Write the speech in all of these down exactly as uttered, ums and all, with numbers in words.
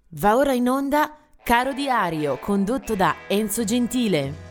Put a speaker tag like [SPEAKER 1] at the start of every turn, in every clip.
[SPEAKER 1] Va ora in onda Caro Diario, condotto da Enzo Gentile.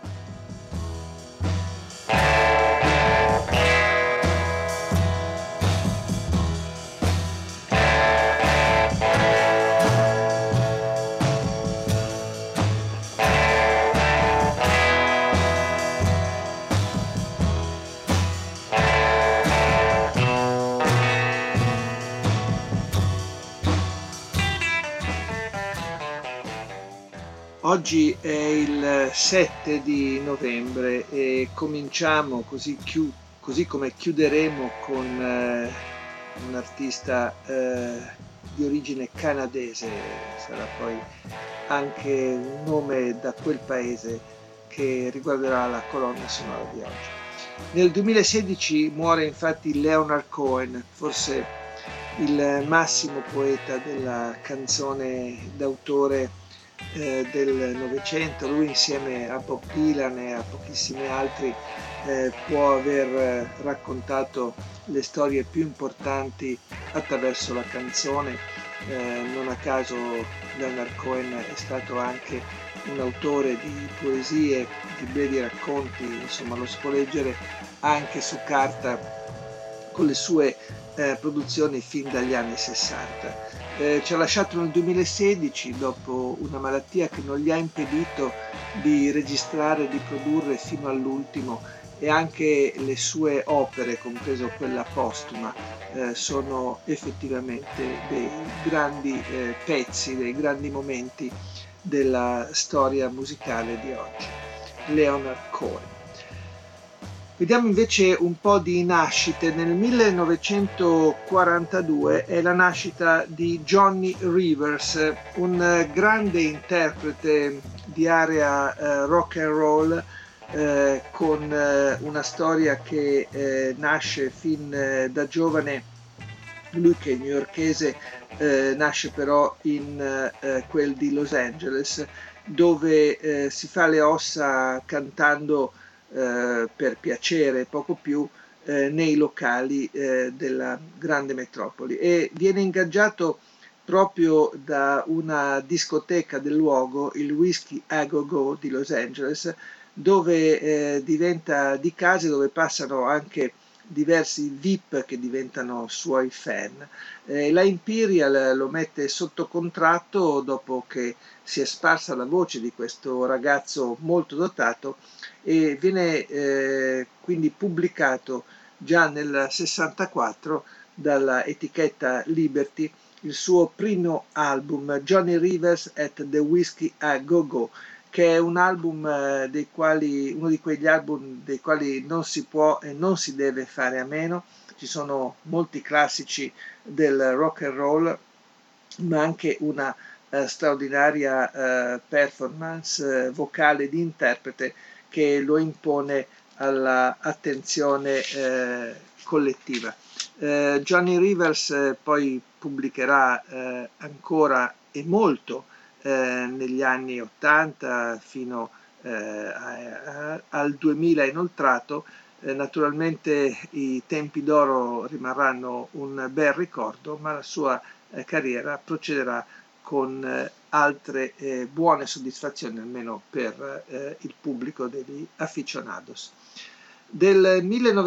[SPEAKER 2] Oggi è il sette di novembre e cominciamo così, chiu- così come chiuderemo con eh, un artista eh, di origine canadese, sarà poi anche un nome da quel paese che riguarderà la colonna sonora di oggi. Nel duemilasedici muore infatti Leonard Cohen, forse il massimo poeta della canzone d'autore eh, del Novecento. Lui insieme a Bob Dylan e a pochissimi altri eh, può aver eh, raccontato le storie più importanti attraverso la canzone. Eh, non a caso Leonard Cohen è stato anche un autore di poesie, di brevi racconti, insomma lo si può leggere anche su carta con le sue eh, produzioni fin dagli anni sessanta. Eh, ci ha lasciato nel duemilasedici dopo una malattia che non gli ha impedito di registrare e di produrre fino all'ultimo, e anche le sue opere, compreso quella postuma, eh, sono effettivamente dei grandi eh, pezzi, dei grandi momenti della storia musicale di oggi. Leonard Cohen. Vediamo invece un po' di nascite. Nel millenovecentoquarantadue è la nascita di Johnny Rivers, un grande interprete di area eh, rock and roll, eh, con eh, una storia che eh, nasce fin eh, da giovane. Lui che è newyorkese eh, nasce però in eh, quel di Los Angeles, dove eh, si fa le ossa cantando eh, per piacere, poco più, eh, nei locali eh, della grande metropoli, e viene ingaggiato proprio da una discoteca del luogo, il Whiskey A Go Go di Los Angeles, dove eh, diventa di casa, dove passano anche diversi V I P che diventano suoi fan. Eh, la Imperial lo mette sotto contratto dopo che si è sparsa la voce di questo ragazzo molto dotato, e viene eh, quindi pubblicato già nel sessantaquattro dalla etichetta Liberty il suo primo album, Johnny Rivers at the Whiskey A Go Go, che è un album eh, dei quali, uno di quegli album dei quali non si può e non si deve fare a meno. Ci sono molti classici del rock and roll, ma anche una eh, straordinaria eh, performance eh, vocale di interprete che lo impone all'attenzione eh, collettiva. Eh, Johnny Rivers eh, poi pubblicherà eh, ancora e molto eh, negli anni ottanta fino eh, a, a, al duemila inoltrato. Eh, naturalmente i tempi d'oro rimarranno un bel ricordo, ma la sua eh, carriera procederà con eh, altre eh, buone soddisfazioni, almeno per eh, il pubblico degli aficionados. Del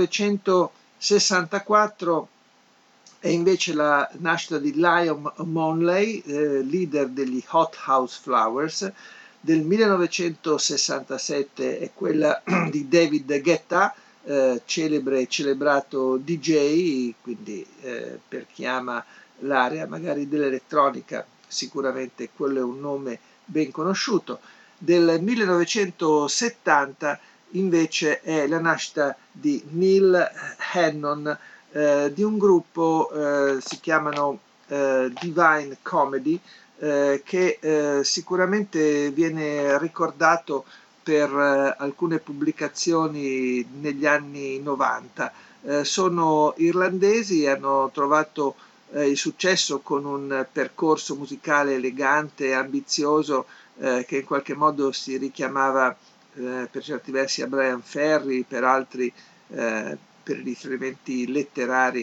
[SPEAKER 2] millenovecentosessantaquattro è invece la nascita di Liam Monley, eh, leader degli Hot House Flowers. Del millenovecentosessantasette è quella di David Guetta, eh, celebre e celebrato D J, quindi eh, per chi ama l'area magari dell'elettronica sicuramente quello è un nome ben conosciuto. Del millenovecentosettanta invece è la nascita di Neil Hannon, eh, di un gruppo, eh, si chiamano eh, Divine Comedy, eh, che eh, sicuramente viene ricordato per eh, alcune pubblicazioni negli anni novanta. Eh, sono irlandesi e hanno trovato eh, il successo con un percorso musicale elegante e ambizioso, eh, che in qualche modo si richiamava eh, per certi versi a Brian Ferry, per altri eh, per riferimenti letterari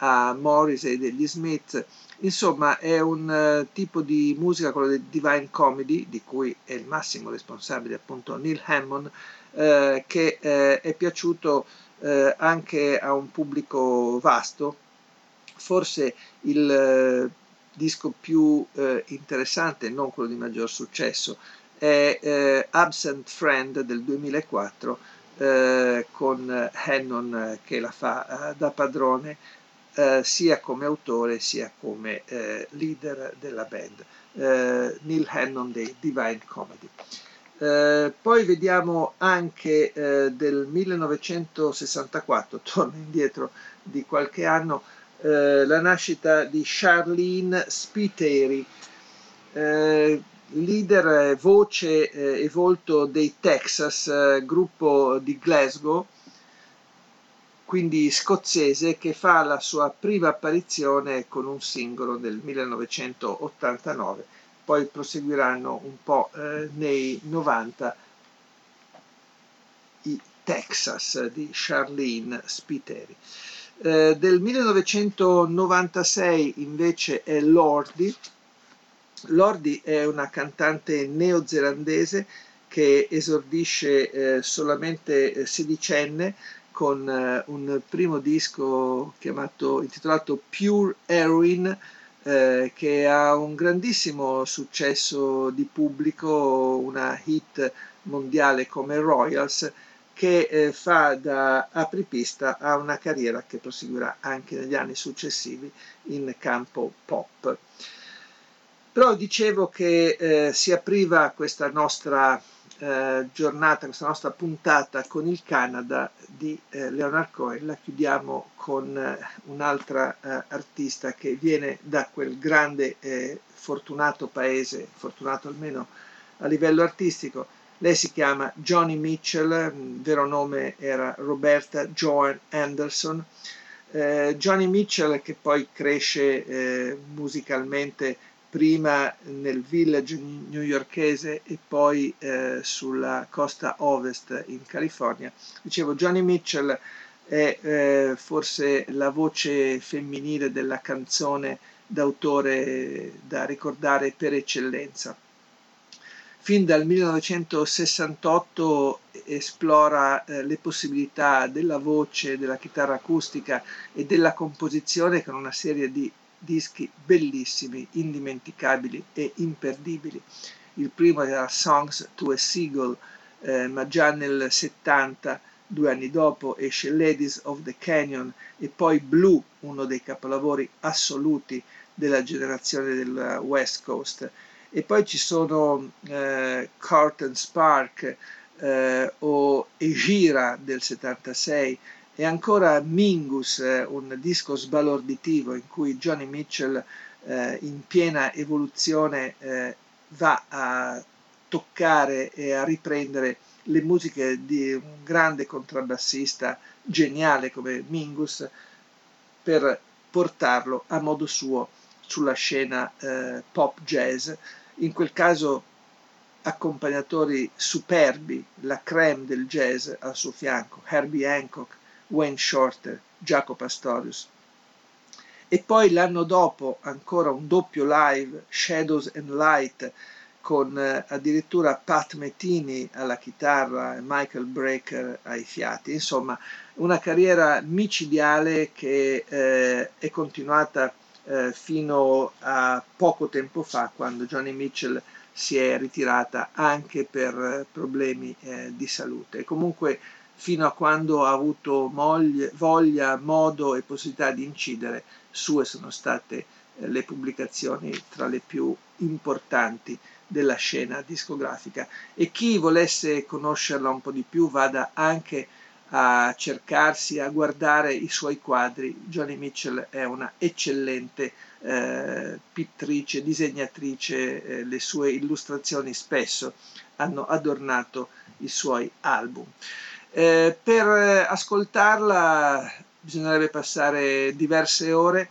[SPEAKER 2] a Morrissey degli Smith. Insomma, è un uh, tipo di musica, quello del Divine Comedy, di cui è il massimo responsabile appunto Neil Hammond, eh, che eh, è piaciuto eh, anche a un pubblico vasto. Forse il eh, disco più eh, interessante, non quello di maggior successo, è eh, Absent Friend del duemilaquattro, eh, con Hannon che la fa eh, da padrone, eh, sia come autore sia come eh, leader della band, eh, Neil Hannon dei Divine Comedy. Eh, poi vediamo anche eh, del millenovecentosessantaquattro, torno indietro di qualche anno, eh, la nascita di Charlene Spiteri, eh, leader, voce eh, e volto dei Texas, eh, gruppo di Glasgow, quindi scozzese, che fa la sua prima apparizione con un singolo del millenovecentottantanove. Poi proseguiranno un po' eh, nei novanta i Texas di Charlene Spiteri. Eh, del millenovecentonovantasei invece è Lordi. Lordi è una cantante neozelandese che esordisce eh, solamente sedicenne con eh, un primo disco chiamato, intitolato Pure Heroin, eh, che ha un grandissimo successo di pubblico, una hit mondiale come Royals, che eh, fa da apripista a una carriera che proseguirà anche negli anni successivi in campo pop. Però dicevo che eh, si apriva questa nostra eh, giornata, questa nostra puntata con il Canada di eh, Leonard Cohen. La chiudiamo con eh, un'altra eh, artista che viene da quel grande e fortunato paese, fortunato almeno a livello artistico. Lei si chiama Joni Mitchell, il vero nome era Roberta Joan Anderson. Eh, Joni Mitchell, che poi cresce eh, musicalmente prima nel village newyorkese e poi eh, sulla costa ovest in California. Dicevo, Joni Mitchell è eh, forse la voce femminile della canzone d'autore da ricordare per eccellenza. Fin dal millenovecentosessantotto esplora eh, le possibilità della voce, della chitarra acustica e della composizione con una serie di dischi bellissimi, indimenticabili e imperdibili. Il primo era Songs to a Seagull, eh, ma già nel settanta, due anni dopo, esce Ladies of the Canyon e poi Blue, uno dei capolavori assoluti della generazione del West Coast. E poi ci sono eh, Curtain Spark eh, o Egira del settantasei, e ancora Mingus, eh, un disco sbalorditivo in cui Joni Mitchell eh, in piena evoluzione eh, va a toccare e a riprendere le musiche di un grande contrabbassista geniale come Mingus per portarlo a modo suo sulla scena eh, pop jazz. In quel caso accompagnatori superbi, la crème del jazz al suo fianco, Herbie Hancock, Wayne Shorter, Jaco Pastorius. E poi l'anno dopo ancora un doppio live, Shadows and Light, con eh, addirittura Pat Metheny alla chitarra e Michael Brecker ai fiati. Insomma, una carriera micidiale che eh, è continuata eh, fino a poco tempo fa, quando Joni Mitchell si è ritirata anche per problemi eh, di salute. E comunque fino a quando ha avuto moglie, voglia, modo e possibilità di incidere, sue sono state eh, le pubblicazioni tra le più importanti della scena discografica. E chi volesse conoscerla un po' di più vada anche a cercarsi, a guardare i suoi quadri. Joni Mitchell è una eccellente eh, pittrice, disegnatrice, eh, le sue illustrazioni spesso hanno adornato i suoi album. Eh, per ascoltarla bisognerebbe passare diverse ore.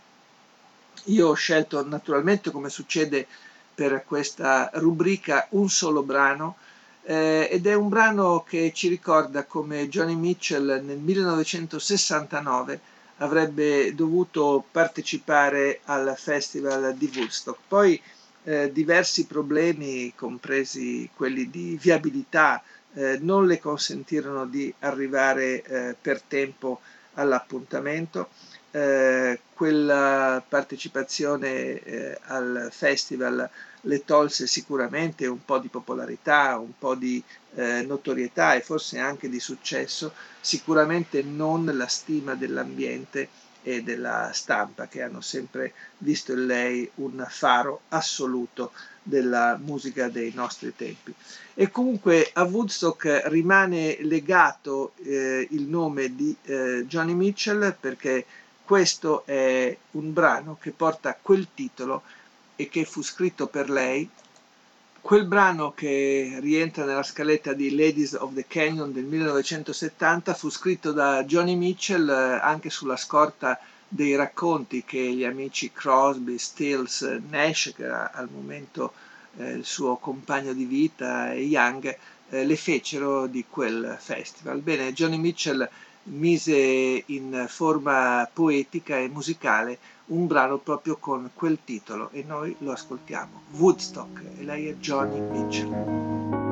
[SPEAKER 2] Io ho scelto naturalmente, come succede per questa rubrica, un solo brano, eh, ed è un brano che ci ricorda come Joni Mitchell nel millenovecentosessantanove avrebbe dovuto partecipare al Festival di Woodstock. Poi eh, diversi problemi, compresi quelli di viabilità, eh, non le consentirono di arrivare eh, per tempo all'appuntamento. Eh, quella partecipazione eh, al festival le tolse sicuramente un po' di popolarità, un po' di eh, notorietà e forse anche di successo, sicuramente non la stima dell'ambiente e della stampa, che hanno sempre visto in lei un faro assoluto della musica dei nostri tempi. E comunque a Woodstock rimane legato eh, il nome di eh, Joni Mitchell, perché questo è un brano che porta quel titolo e che fu scritto per lei. Quel brano, che rientra nella scaletta di Ladies of the Canyon del millenovecentosettanta, fu scritto da Joni Mitchell eh, anche sulla scorta dei racconti che gli amici Crosby, Stills, Nash, che era al momento eh, il suo compagno di vita, e Young, eh, le fecero di quel festival. Bene, Joni Mitchell mise in forma poetica e musicale un brano proprio con quel titolo e noi lo ascoltiamo, Woodstock, e lei è Joni Mitchell.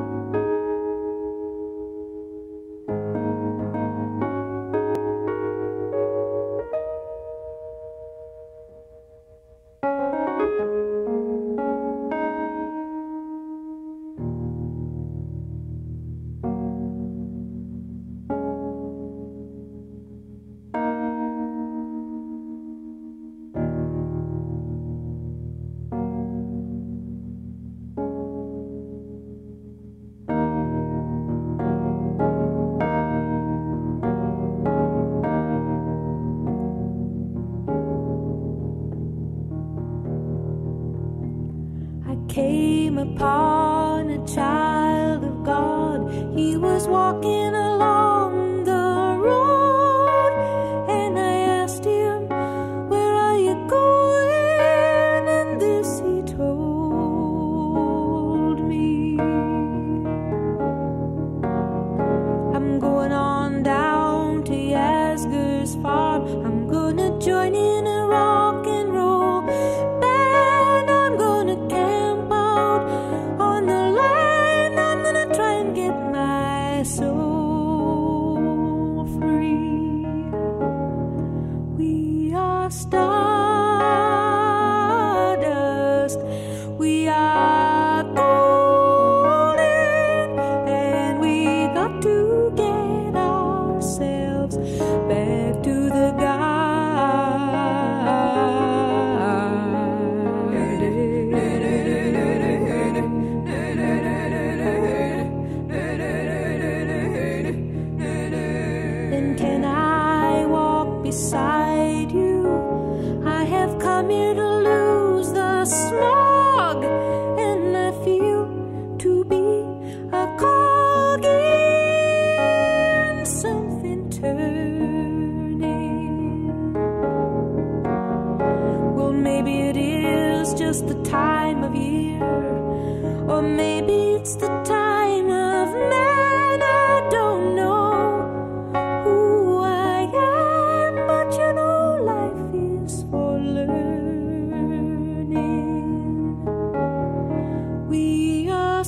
[SPEAKER 3] Came upon a child of God. He was walking along the road, and I asked him, "Where are you going?" And this he told me: "I'm going on down to Yasgur's farm. I'm gonna join in a rock and roll band. I'm gonna camp out on the land. I'm gonna try and get my soul free. We are stardust. We are golden, and we got to get ourselves back to the Then can I walk beside you? I have come here to lose the smog, and I feel to be a cog in something turning. Well, maybe it is just the time of year, or maybe it's the time of man. I don't know who I am, but you know life is for learning. We are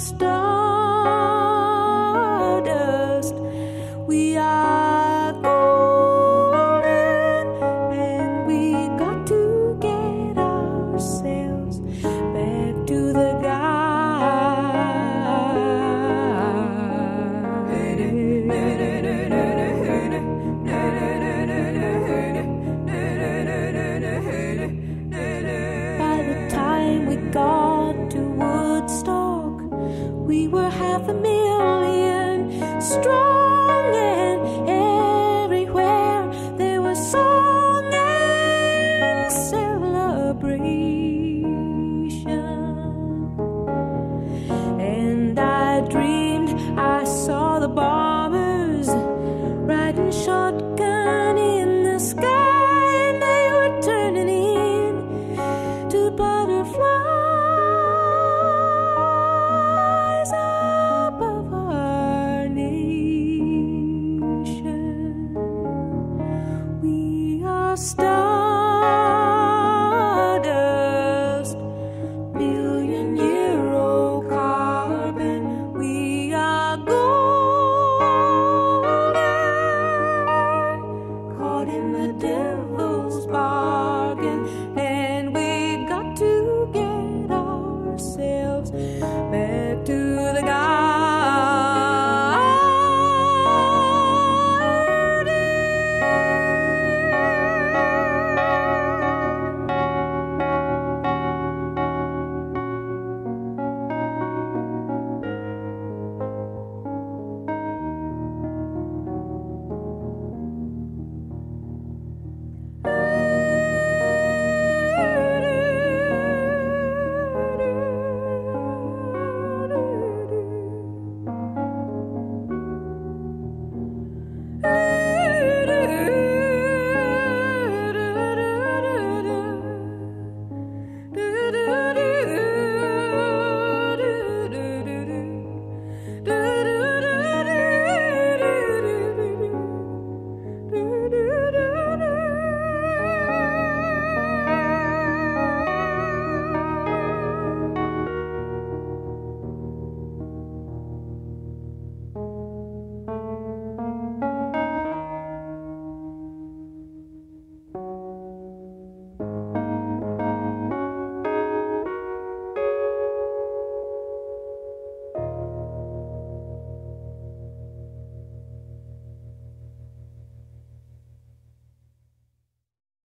[SPEAKER 3] stardust. We are golden, and we got to get ourselves back to the By the time we got to Woodstock, we were half a million strong.